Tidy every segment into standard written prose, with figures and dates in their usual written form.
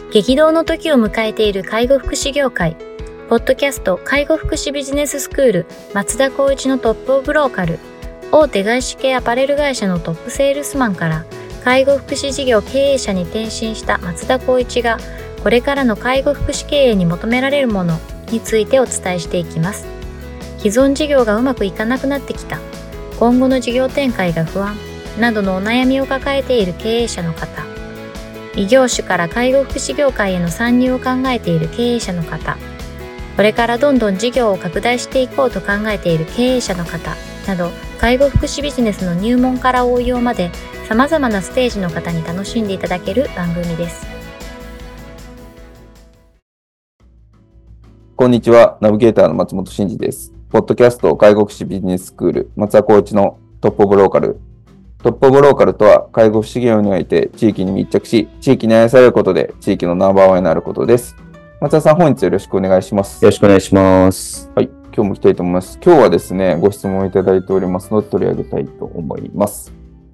激動の時を迎えている介護福祉業界。ポッドキャスト介護福祉ビジネススクール松田光一のトップオブローカル。大手外資系アパレル会社のトップセールスマンから介護福祉事業経営者に転身した松田光一が、これからの介護福祉経営に求められるものについてお伝えしていきます。既存事業がうまくいかなくなってきた、今後の事業展開が不安などのお悩みを抱えている経営者の方、異業種から介護福祉業界への参入を考えている経営者の方、これからどんどん事業を拡大していこうと考えている経営者の方など、介護福祉ビジネスの入門から応用まで様々なステージの方に楽しんでいただける番組です。 こんにちは、ナビゲーターの松本真嗣です。ポッドキャスト介護福祉ビジネススクール松田光一のトップオブローカル。トップオブローカルとは、介護福祉業において地域に密着し、地域に愛されることで地域のナンバーワンになることです。松田さん、本日よろしくお願いします。 よろしくお願いします。 はい、今日も行きたいと思います。今日はですね、ご質問いただいておりますので取り上げたいと思います。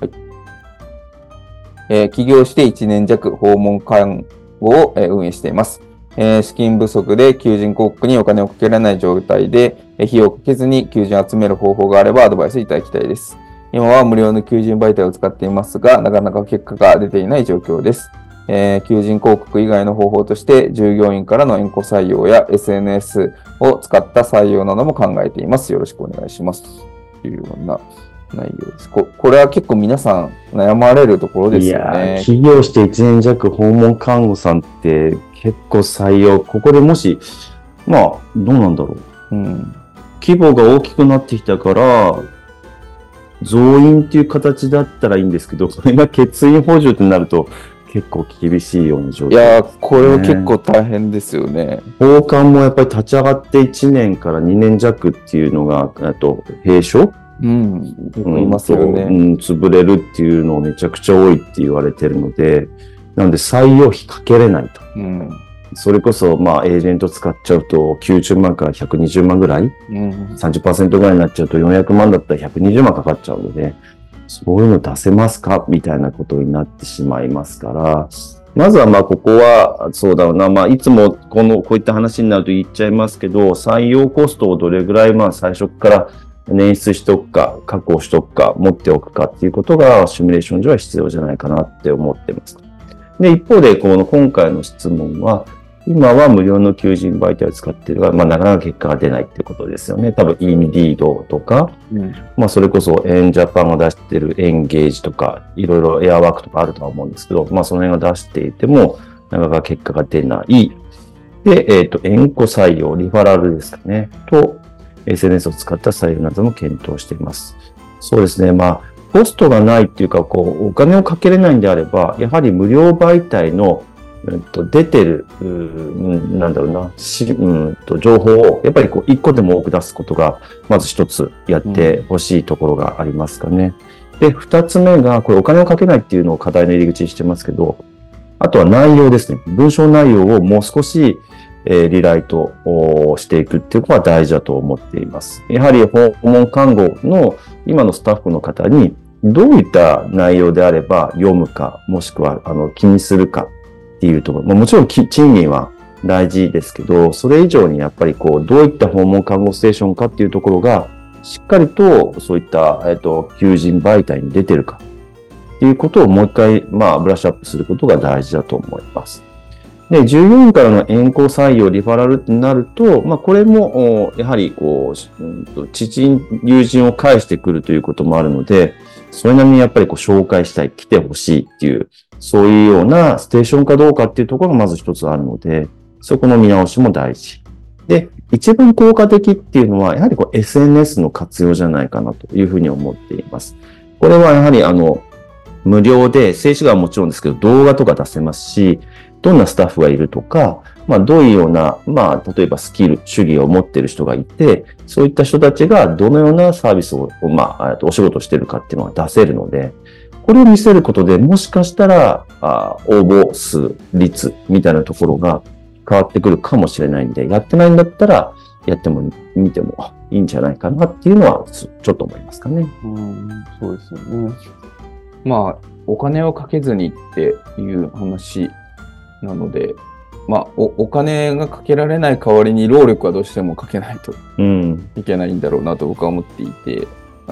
はい。起業して1年弱、訪問看護を運営しています。資金不足で求人広告にお金をかけられない状態で、費用をかけずに求人を集める方法があればアドバイスいただきたいです。今は無料の求人媒体を使っていますが、なかなか結果が出ていない状況です。求人広告以外の方法として、従業員からの援護採用や SNS を使った採用なども考えています。よろしくお願いします。というような内容です。これは結構皆さん悩まれるところですよね。 いや、起業して1年弱訪問看護さんって結構採用、ここでもし、どうなんだろう。規模が大きくなってきたから、増員っていう形だったらいいんですけど、それが欠員補充ってなると結構厳しいような状況ですね。 いや、これは結構大変ですよね。 訪韓もやっぱり立ち上がって1年から2年弱っていうのが、閉所いますよね。 潰れるっていうのをめちゃくちゃ多いって言われてるので、なので採用費かけれないと。それこそ、エージェント使っちゃうと90万から120万ぐらい、30% ぐらいになっちゃうと400万だったら120万かかっちゃうので、そういうの出せますかみたいなことになってしまいますから、まずはここは、そうだろうな、いつもこういった話になると言っちゃいますけど、採用コストをどれぐらい最初から捻出しとくか、確保しとくか、持っておくかっていうことがシミュレーション上は必要じゃないかなって思ってます。で、一方で、今回の質問は、今は無料の求人媒体を使っているが、なかなか結果が出ないっていうことですよね。多分、インディードとか、それこそ、エンジャパンが出しているエンゲージとか、いろいろエアワークとかあるとは思うんですけど、その辺が出していても、なかなか結果が出ない。で、縁故採用、リファラルですかね。と、SNS を使った採用なども検討しています。そうですね。コストがないっていうか、お金をかけれないんであれば、やはり無料媒体の、出てる、情報を、やっぱり一個でも多く出すことが、まず一つやってほしいところがありますかね。で、二つ目が、これお金をかけないっていうのを課題の入り口にしてますけど、あとは内容ですね。文章内容をもう少し、リライトしていくっていうことが大事だと思っています。やはり訪問看護の今のスタッフの方にどういった内容であれば読むか、もしくは気にするかっていうところ、もちろん賃金は大事ですけど、それ以上にやっぱりどういった訪問看護ステーションかっていうところがしっかりとそういった求人媒体に出てるかっていうことをもう一回ブラッシュアップすることが大事だと思います。で、従業員からの援護採用、リファラルってなると、これも、やはり、知人、友人を介してくるということもあるので、それなりにやっぱり紹介したい、来てほしいっていう、そういうようなステーションかどうかっていうところがまず一つあるので、そこの見直しも大事。で、一番効果的っていうのは、やはりSNS の活用じゃないかなというふうに思っています。これはやはり無料で、静止画はもちろんですけど、動画とか出せますし、どんなスタッフがいるとか、どういうような、例えばスキル、主義を持っている人がいて、そういった人たちがどのようなサービスを、お仕事しているかっていうのが出せるので、これを見せることで、もしかしたら、応募数、率、みたいなところが変わってくるかもしれないんで、やってないんだったら、やっても、見てもいいんじゃないかなっていうのは、ちょっと思いますかね。 そうですよね。お金をかけずにっていう話なので、お金がかけられない代わりに労力はどうしてもかけないといけないんだろうなと僕は思っていて、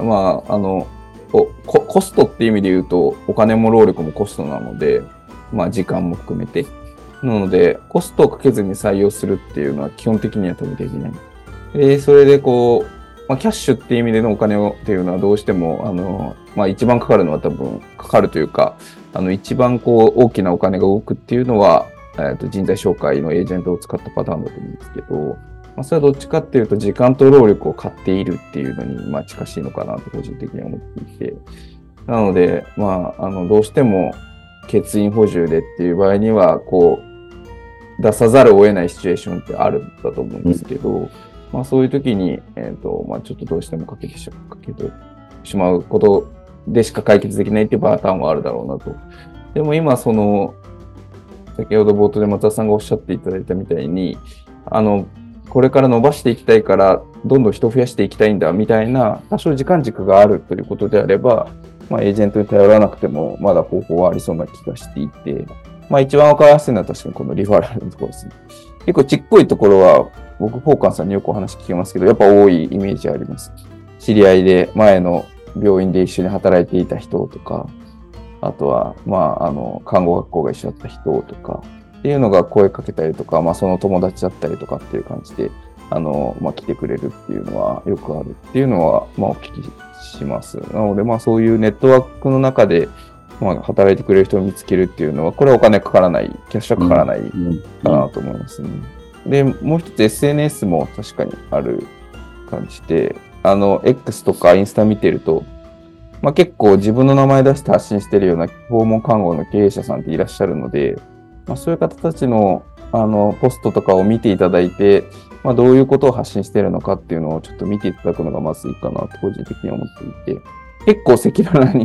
コストっていう意味で言うと、お金も労力もコストなので、時間も含めて。なので、コストをかけずに採用するっていうのは基本的には多分できない。で、それでキャッシュっていう意味でのお金をっていうのはどうしても、一番かかるのは多分かかるというか、一番大きなお金が動くっていうのは、人材紹介のエージェントを使ったパターンだと思うんですけど、それはどっちかっていうと時間と労力を買っているっていうのに、近しいのかなと個人的には思っていて。なので、どうしても欠員補充でっていう場合には、出さざるを得ないシチュエーションってあるんだと思うんですけど、そういう時に、ちょっとどうしてもかけてしまうことでしか解決できないっていうパターンはあるだろうなと。でも今、先ほど冒頭で松田さんがおっしゃっていただいたみたいに、これから伸ばしていきたいから、どんどん人を増やしていきたいんだみたいな、多少時間軸があるということであれば、エージェントに頼らなくても、まだ方法はありそうな気がしていて、一番わかりやすいのは確かにこのリファラルのところですね。結構ちっこいところは、僕、フォーカンさんによくお話聞きますけど、やっぱ多いイメージあります。知り合いで前の病院で一緒に働いていた人とか、あとは、看護学校が一緒だった人とか、っていうのが声かけたりとか、その友達だったりとかっていう感じで、来てくれるっていうのはよくあるっていうのは、お聞きします。なので、そういうネットワークの中で、働いてくれる人を見つけるっていうのは、これはお金かからない、キャッシュはかからないかなと思いますね。で、もう一つ SNS も確かにある感じで、X とかインスタ見てると、結構自分の名前出して発信してるような訪問看護の経営者さんっていらっしゃるので、そういう方たちの、ポストとかを見ていただいて、どういうことを発信しているのかっていうのをちょっと見ていただくのがまずいいかなと個人的に思っていて、結構赤裸々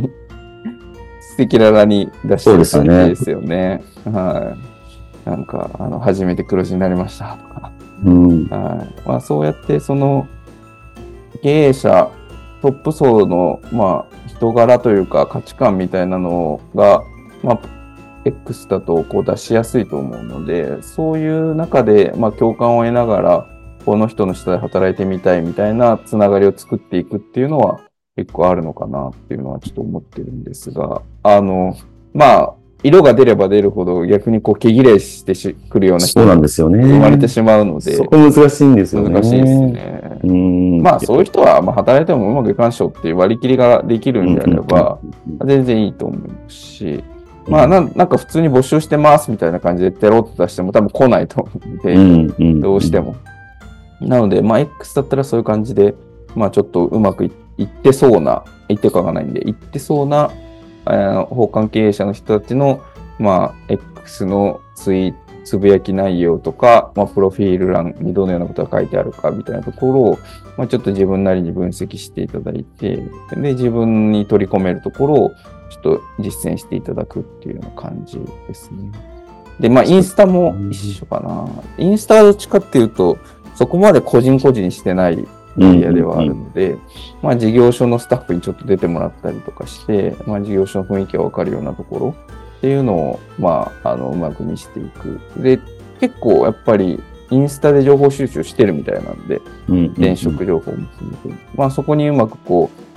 に出してる感じですよね。はい。なんか、初めて黒字になりましたとか。はい。そうやって、経営者、トップ層の、人柄というか価値観みたいなのが、X だと出しやすいと思うので、そういう中で、共感を得ながら、この人の下で働いてみたいみたいなつながりを作っていくっていうのは結構あるのかなっていうのはちょっと思ってるんですが、色が出れば出るほど逆に毛切れしてくるような人が生まれてしまうので、 そこ難しいんですよね。 難しいですね。そういう人は働いてもうまくいかんしょっていう割り切りができるんであれば、全然いいと思いますし、なんか普通に募集してますみたいな感じでテロッと出しても多分来ないと思うので、どうしても。なので、X だったらそういう感じで、ちょっとうまくいってそうな、いってかがないんで、いってそうな、訪韓経営者の人たちの、X のつぶやき内容とか、プロフィール欄にどのようなことが書いてあるかみたいなところを、ちょっと自分なりに分析していただいて、で、自分に取り込めるところを、ちょっと実践していただくっていうような感じですね。で、インスタも一緒かな。インスタはどっちかっていうと、そこまで個人してないエリアではあるので、事業所のスタッフにちょっと出てもらったりとかして、事業所の雰囲気がわかるようなところっていうのを、うまく見せていく。で、結構やっぱりインスタで情報収集してるみたいなんで、転職情報も含めて、そこにうまく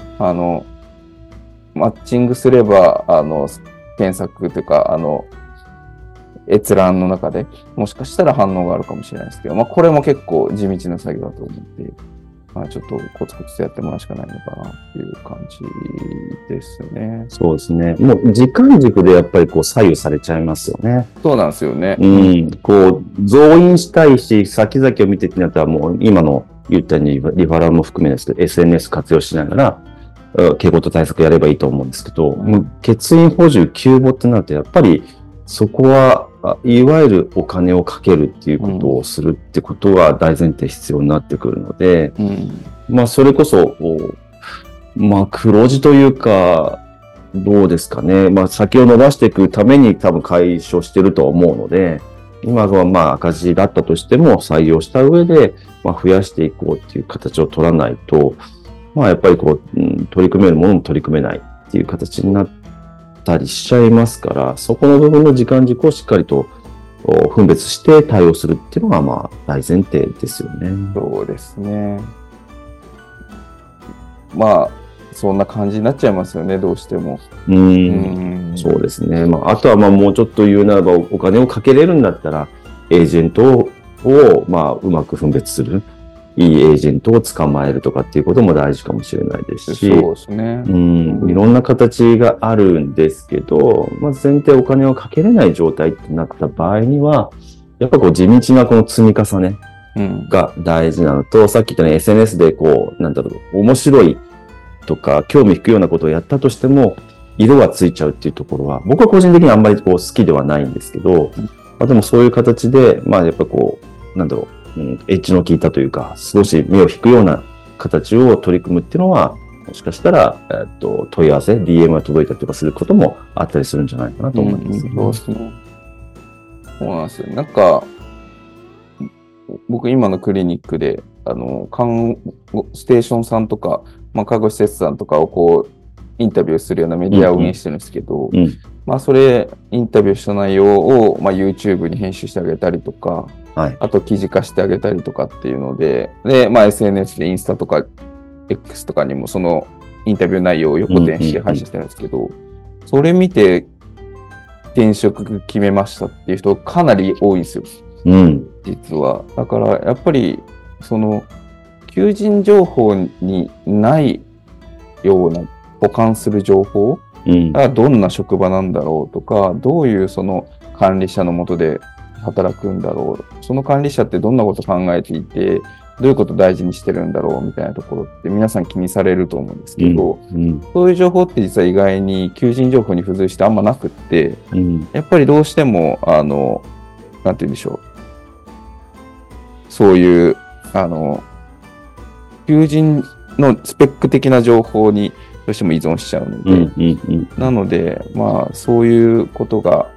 マッチングすれば、検索というか、閲覧の中でもしかしたら反応があるかもしれないですけど、これも結構地道な作業だと思って、ちょっとコツコツとやってもらうしかないのかなっていう感じですね。 そうですね。もう時間軸でやっぱり左右されちゃいますよね。 そうなんですよね。 増員したいし、先々を見ていくんだったらもう今の言ったようにリファラルも含めですけど、SNS 活用しながら、傾向と対策やればいいと思うんですけど、欠員補充急募ってなるとやっぱりそこはいわゆるお金をかけるっていうことをするってことは大前提必要になってくるので、それこそ、黒字というか、どうですかね。先を伸ばしていくために多分解消してるとは思うので、今は赤字だったとしても採用した上で、増やしていこうっていう形を取らないと、やっぱり取り組めるものも取り組めないっていう形になったりしちゃいますから、そこの部分の時間軸をしっかりと分別して対応するっていうのが、まあ、大前提ですよね。 そうですね。まあ、そんな感じになっちゃいますよね、どうしても。 そうですね。まあ、あとは、まあ、もうちょっと言うならば、お金をかけれるんだったら、エージェントを、まあ、うまく分別する。いいエージェントを捕まえるとかっていうことも大事かもしれないですし。 そうですね。 いろんな形があるんですけど、まず前提お金をかけれない状態ってなった場合には、やっぱこう地道なこの積み重ねが大事なのと、さっき言ったように SNS でこう、なんだろう、面白いとか興味引くようなことをやったとしても、色がついちゃうっていうところは、僕は個人的にあんまりこう好きではないんですけど、まあ、でもそういう形で、まあやっぱこう、なんだろう、エッジの効いたというか、少し目を引くような形を取り組むっていうのは、もしかしたら、問い合わせ、DM が届いたりとかすることもあったりするんじゃないかなと思います、ね。 そうですね。そうなんですよ。なんか、僕今のクリニックで、看護ステーションさんとか、まあ、看護施設さんとかをこう、インタビューするようなメディアを運営してるんですけど、まあ、それ、インタビューした内容を、まあ、YouTube に編集してあげたりとか、 はい、 あと記事化してあげたりとかっていうので、で、まあ、SNS でインスタとか X とかにもそのインタビュー内容を横転して配信してるんですけど、それ見て転職決めましたっていう人かなり多いんですよ。実は。だからやっぱりその求人情報にないような補完する情報がどんな職場なんだろうとか、どういうその管理者の下で働くんだろう。その管理者ってどんなこと考えていて、どういうことを大事にしてるんだろうみたいなところって皆さん気にされると思うんですけど、そういう情報って実は意外に求人情報に付随してあんまなくって、やっぱりどうしても、なんて言うんでしょう。そういう、求人のスペック的な情報にどうしても依存しちゃうので、なので、まあ、そういうことが、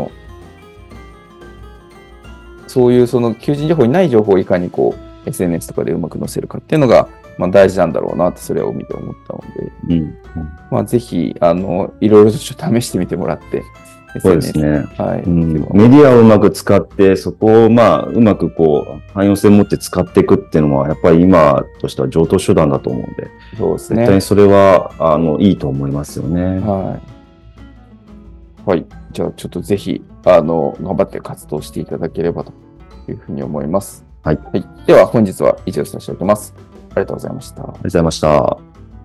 そういうその求人情報にない情報をいかにこう SNS とかでうまく載せるかっていうのが、まあ、大事なんだろうなってそれを見て思ったので、まあ、ぜひいろいろと試してみてもらって、 そうですね。 はい。 メディアをうまく使って、そこをまあうまくこう汎用性を持って使っていくっていうのはやっぱり今としては常套手段だと思うので、 そうですね。 絶対にそれはいいと思いますよね。 はい。はい。じゃあちょっとぜひ頑張って活動していただければというふうに思います。 はい。 はい。では本日は以上させていただきます。ありがとうございました。 ありがとうございました。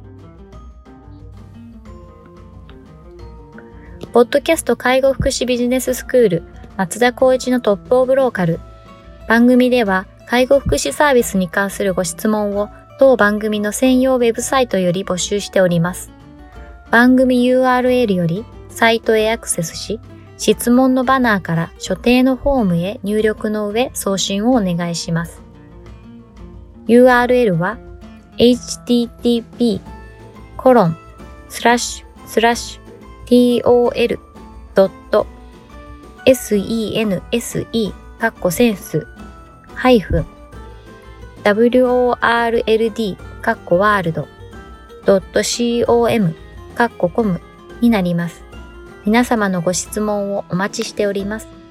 ポッドキャスト介護福祉ビジネススクール松田光一のトップオブローカル。番組では介護福祉サービスに関するご質問を当番組の専用ウェブサイトより募集しております。番組 URL よりサイトへアクセスし、質問のバナーから所定のフォームへ入力の上送信をお願いします。URL は http://tol.world.com になります。皆様のご質問をお待ちしております。